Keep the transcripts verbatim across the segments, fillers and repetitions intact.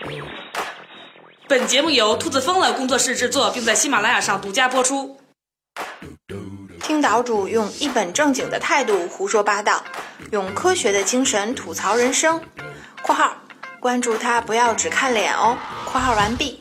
本节目由兔子疯了工作室制作，并在喜马拉雅上独家播出。 听岛主用一本正经的态度胡说八道，用科学的精神吐槽人生（括号关注他不要只看脸哦）（括号完毕）。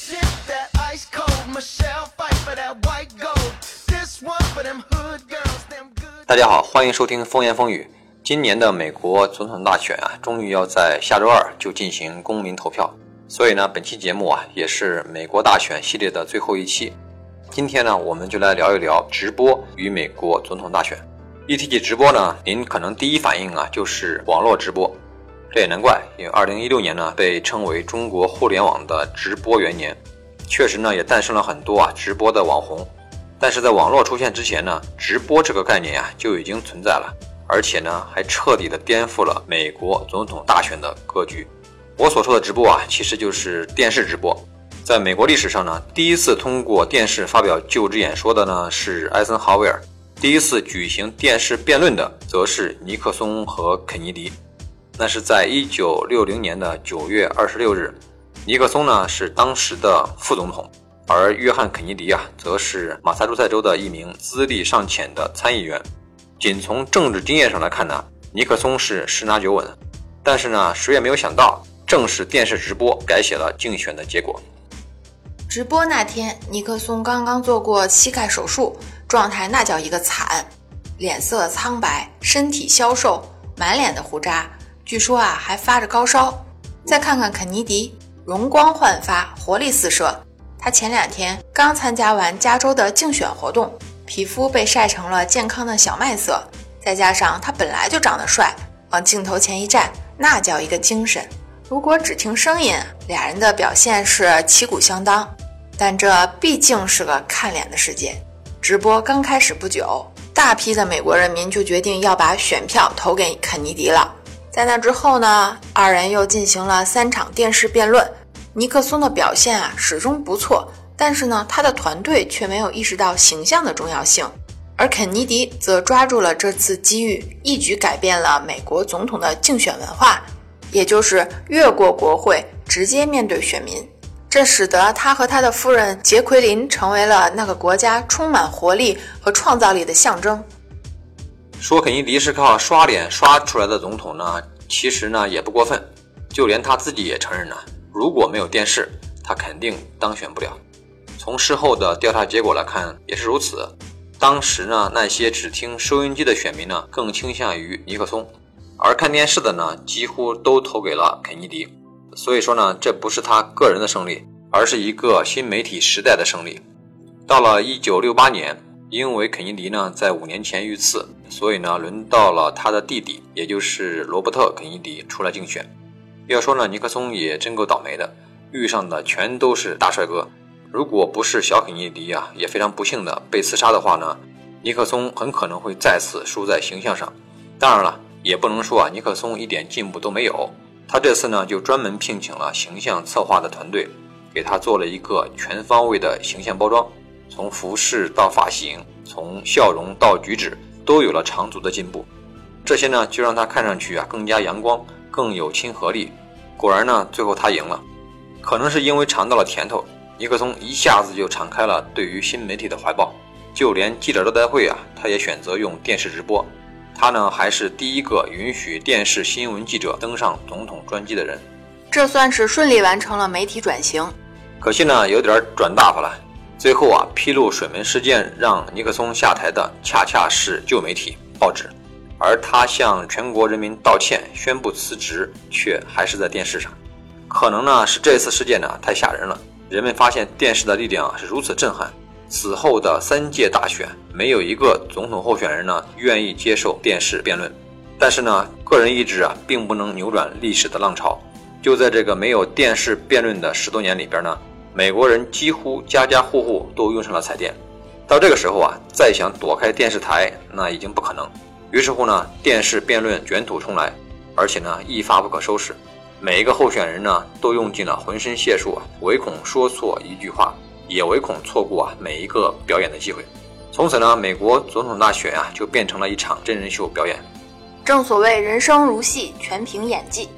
大家好，欢迎收听风言风语。今年的美国总统大选啊，终于要在下周二就进行公民投票，所以呢，本期节目啊，也是美国大选系列的最后一期。今天呢，我们就来聊一聊直播与美国总统大选。一提起直播呢，您可能第一反应啊，就是网络直播。这也难怪，因为二零一六年呢，被称为中国互联网的直播元年，确实呢，也诞生了很多啊直播的网红。但是在网络出现之前呢，直播这个概念啊就已经存在了，而且呢还彻底的颠覆了美国总统大选的格局。我所说的直播啊，其实就是电视直播。在美国历史上呢，第一次通过电视发表就职演说的呢是艾森豪威尔，第一次举行电视辩论的则是尼克松和肯尼迪。那是在一九六零年的九月二十六日，尼克松呢是当时的副总统。而约翰·肯尼迪啊，则是马萨诸塞州的一名资历尚浅的参议员。仅从政治经验上来看呢，尼克松是十拿九稳。但是呢，谁也没有想到，正是电视直播改写了竞选的结果。 直播那天，尼克松刚刚做过膝盖手术，状态那叫一个惨，脸色苍白，身体消瘦，满脸的胡渣，据说啊还发着高烧。再看看肯尼迪，容光焕发，活力四射。他前两天刚参加完加州的竞选活动，皮肤被晒成了健康的小麦色，再加上他本来就长得帅，往镜头前一站，那叫一个精神。如果只听声音，俩人的表现是旗鼓相当，但这毕竟是个看脸的世界。直播刚开始不久，大批的美国人民就决定要把选票投给肯尼迪了。在那之后呢，二人又进行了三场电视辩论。尼克松的表现啊始终不错，但是呢，他的团队却没有意识到形象的重要性，而肯尼迪则抓住了这次机遇，一举改变了美国总统的竞选文化，也就是越过国会，直接面对选民。这使得他和他的夫人杰奎琳成为了那个国家充满活力和创造力的象征。 说肯尼迪是靠刷脸刷出来的总统呢，其实呢也不过分，就连他自己也承认了。如果没有电视，他肯定当选不了。从事后的调查结果来看也是如此。当时呢，那些只听收音机的选民呢，更倾向于尼克松，而看电视的呢，几乎都投给了肯尼迪。所以说呢，这不是他个人的胜利，而是一个新媒体时代的胜利。到了一九六八年，因为肯尼迪呢在五年前遇刺，所以呢轮到了他的弟弟，也就是罗伯特·肯尼迪出来竞选。要说呢，尼克松也真够倒霉的，遇上的全都是大帅哥。如果不是小肯尼迪啊，也非常不幸的被刺杀的话呢，尼克松很可能会再次输在形象上。当然了，也不能说啊，尼克松一点进步都没有。他这次呢，就专门聘请了形象策划的团队，给他做了一个全方位的形象包装，从服饰到发型，从笑容到举止，都有了长足的进步。这些呢，就让他看上去啊更加阳光，更有亲和力。果然呢，最后他赢了。可能是因为尝到了甜头，尼克松一下子就敞开了对于新媒体的怀抱，就连记者招待会啊，他也选择用电视直播。他呢，还是第一个允许电视新闻记者登上总统专机的人。 这算是顺利完成了媒体转型。 可惜呢，有点转大发了。最后啊，披露水门事件让尼克松下台的，恰恰是旧媒体报纸。而他向全国人民道歉宣布辞职，却还是在电视上。可能呢是这次事件呢太吓人了，人们发现电视的力量是如此震撼。此后的三届大选，没有一个总统候选人呢愿意接受电视辩论。但是呢，个人意志啊并不能扭转历史的浪潮。就在这个没有电视辩论的十多年里边呢，美国人几乎家家户户都用上了彩电。到这个时候啊，再想躲开电视台，那已经不可能。于是乎呢，电视辩论卷土重来，而且呢一发不可收拾。每一个候选人呢都用尽了浑身解数啊，唯恐说错一句话，也唯恐错过啊每一个表演的机会。从此呢，美国总统大选啊就变成了一场真人秀表演。 正所谓人生如戏，全凭演技。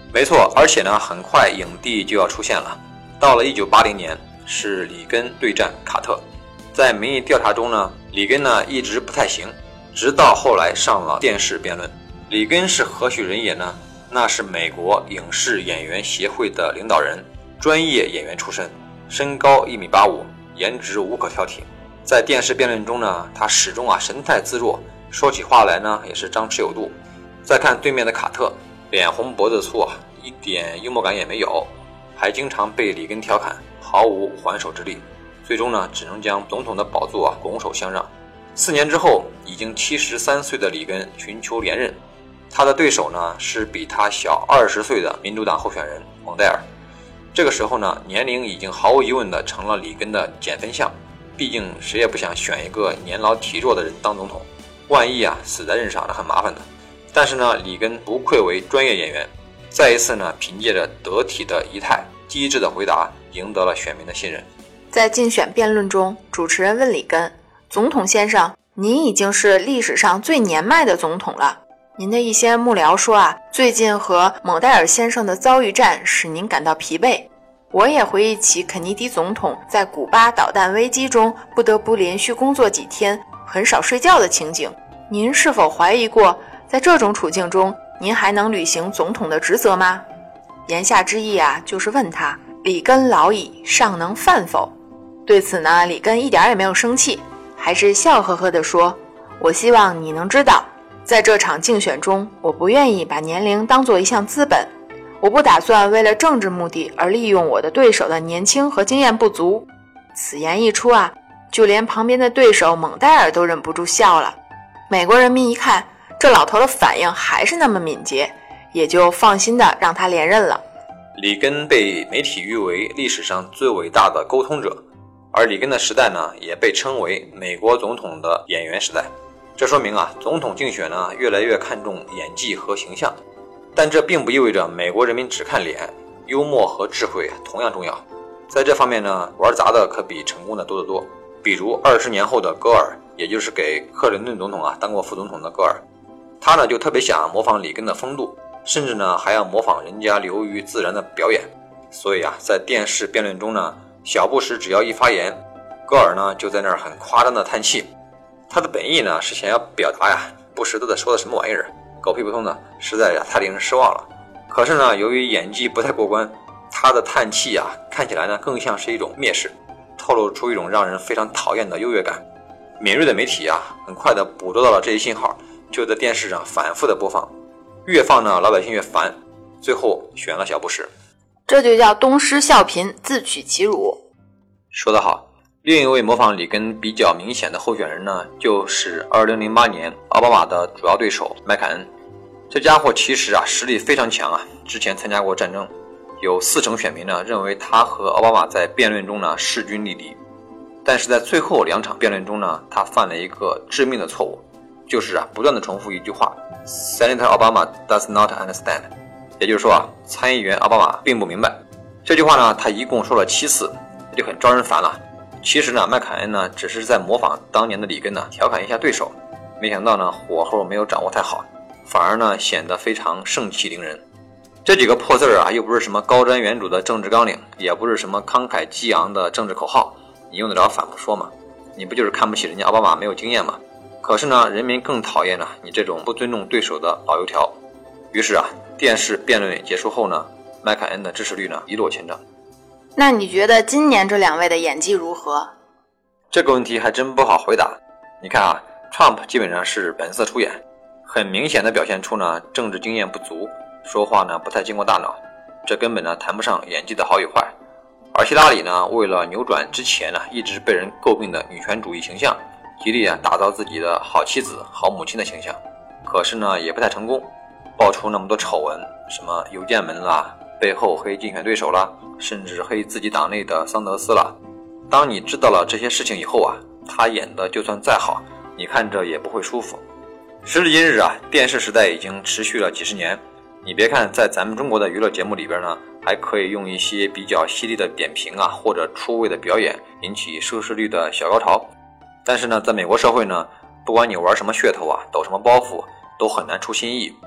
没错，而且呢，很快影帝就要出现了。到了一九八零年，是里根对战卡特。在民意调查中呢，里根呢一直不太行，直到后来上了电视辩论。里根是何许人也呢？那是美国影视演员协会的领导人，专业演员出身，身高一米八五，颜值无可挑剔。在电视辩论中呢，他始终啊神态自若，说起话来呢也是张弛有度。再看对面的卡特，脸红脖子粗啊，一点幽默感也没有，还经常被里根调侃，毫无还手之力。最终呢，只能将总统的宝座啊拱手相让。四年之后，已经七十三岁的里根寻求连任，他的对手呢是比他小二十岁的民主党候选人蒙代尔。这个时候呢，年龄已经毫无疑问的成了里根的减分项。毕竟谁也不想选一个年老体弱的人当总统，万一啊死在任上那很麻烦的。但是呢，里根不愧为专业演员，再一次呢凭借着得体的仪态、机智的回答，赢得了选民的信任。 在竞选辩论中，主持人问里根：“总统先生，您已经是历史上最年迈的总统了。您的一些幕僚说啊，最近和蒙代尔先生的遭遇战使您感到疲惫。我也回忆起肯尼迪总统在古巴导弹危机中不得不连续工作几天，很少睡觉的情景。您是否怀疑过，在这种处境中，您还能履行总统的职责吗？”言下之意啊，就是问他：“里根老矣，尚能饭否？”对此呢，里根一点也没有生气，还是笑呵呵地说：“我希望你能知道，在这场竞选中，我不愿意把年龄当作一项资本。我不打算为了政治目的而利用我的对手的年轻和经验不足。”此言一出啊，就连旁边的对手蒙代尔都忍不住笑了。美国人民一看这老头的反应还是那么敏捷，也就放心的让他连任了。 里根被媒体誉为历史上最伟大的沟通者，而里根的时代呢，也被称为美国总统的演员时代。这说明啊，总统竞选呢越来越看重演技和形象。但这并不意味着美国人民只看脸，幽默和智慧同样重要。在这方面呢，玩砸的可比成功的多得多。比如二十年后的戈尔，也就是给克林顿总统啊当过副总统的戈尔，他呢就特别想模仿里根的风度，甚至呢还要模仿人家流于自然的表演。所以啊，在电视辩论中呢，小布什只要一发言，戈尔呢就在那儿很夸张的叹气。他的本意呢是想要表达呀，布什都在说的什么玩意儿，狗屁不通的，实在呀太令人失望了。可是呢，由于演技不太过关，他的叹气啊看起来呢更像是一种蔑视，透露出一种让人非常讨厌的优越感。敏锐的媒体啊很快的捕捉到了这一信号，就在电视上反复的播放，越放呢老百姓越烦，最后选了小布什。 这就叫东施效颦，自取其辱。 说得好。另一位模仿里根比较明显的候选人呢，就是二零零八年奥巴马的主要对手麦凯恩。这家伙其实啊实力非常强啊，之前参加过战争，有四成选民呢认为他和奥巴马在辩论中呢势均力敌。但是在最后两场辩论中呢，他犯了一个致命的错误，就是啊不断的重复一句话 Senator Obama does not understand， 也就是说啊参议员奥巴马并不明白。这句话呢他一共说了七次，就很招人烦了。其实呢，麦凯恩呢只是在模仿当年的里根呢，调侃一下对手，没想到呢火候没有掌握太好，反而呢显得非常盛气凌人。这几个破字啊，又不是什么高瞻远瞩的政治纲领，也不是什么慷慨激昂的政治口号，你用得着反复说吗？你不就是看不起人家奥巴马没有经验吗？可是呢，人民更讨厌呢你这种不尊重对手的老油条。于是啊，电视辩论结束后呢，麦凯恩的支持率呢一落千丈。 那你觉得今年这两位的演技如何？ 这个问题还真不好回答。你看啊 Trump 基本上是本色出演，很明显的表现出呢政治经验不足，说话呢不太经过大脑，这根本呢谈不上演技的好与坏。而希拉里呢，为了扭转之前呢一直被人诟病的女权主义形象，极力啊打造自己的好妻子好母亲的形象，可是呢也不太成功，爆出那么多丑闻，什么邮件门啦，背后黑竞选对手啦，甚至黑自己党内的桑德斯啦。当你知道了这些事情以后啊，他演的就算再好，你看着也不会舒服。时至今日啊，电视时代已经持续了几十年，你别看在咱们中国的娱乐节目里边呢，还可以用一些比较犀利的点评啊，或者出位的表演引起收视率的小高潮，但是呢，在美国社会呢，不管你玩什么噱头啊，抖什么包袱，都很难出新意。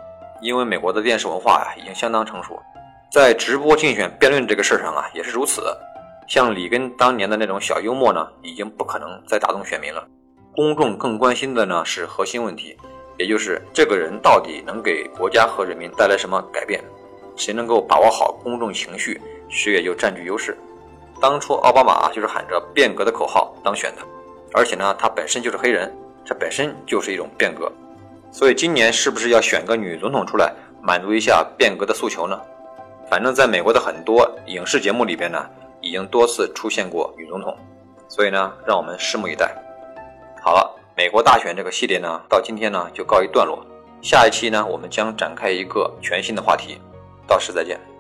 因为美国的电视文化呀、啊、已经相当成熟，在直播竞选辩论这个事上啊也是如此。像里根当年的那种小幽默呢，已经不可能再打动选民了。公众更关心的呢是核心问题，也就是这个人到底能给国家和人民带来什么改变，谁能够把握好公众情绪，谁也就占据优势。当初奥巴马就是喊着变革的口号当选的，而且呢他本身就是黑人，这本身就是一种变革。所以今年是不是要选个女总统出来满足一下变革的诉求呢？反正在美国的很多影视节目里边呢已经多次出现过女总统，所以呢让我们拭目以待。好了，美国大选这个系列呢到今天呢就告一段落，下一期呢我们将展开一个全新的话题，到时再见。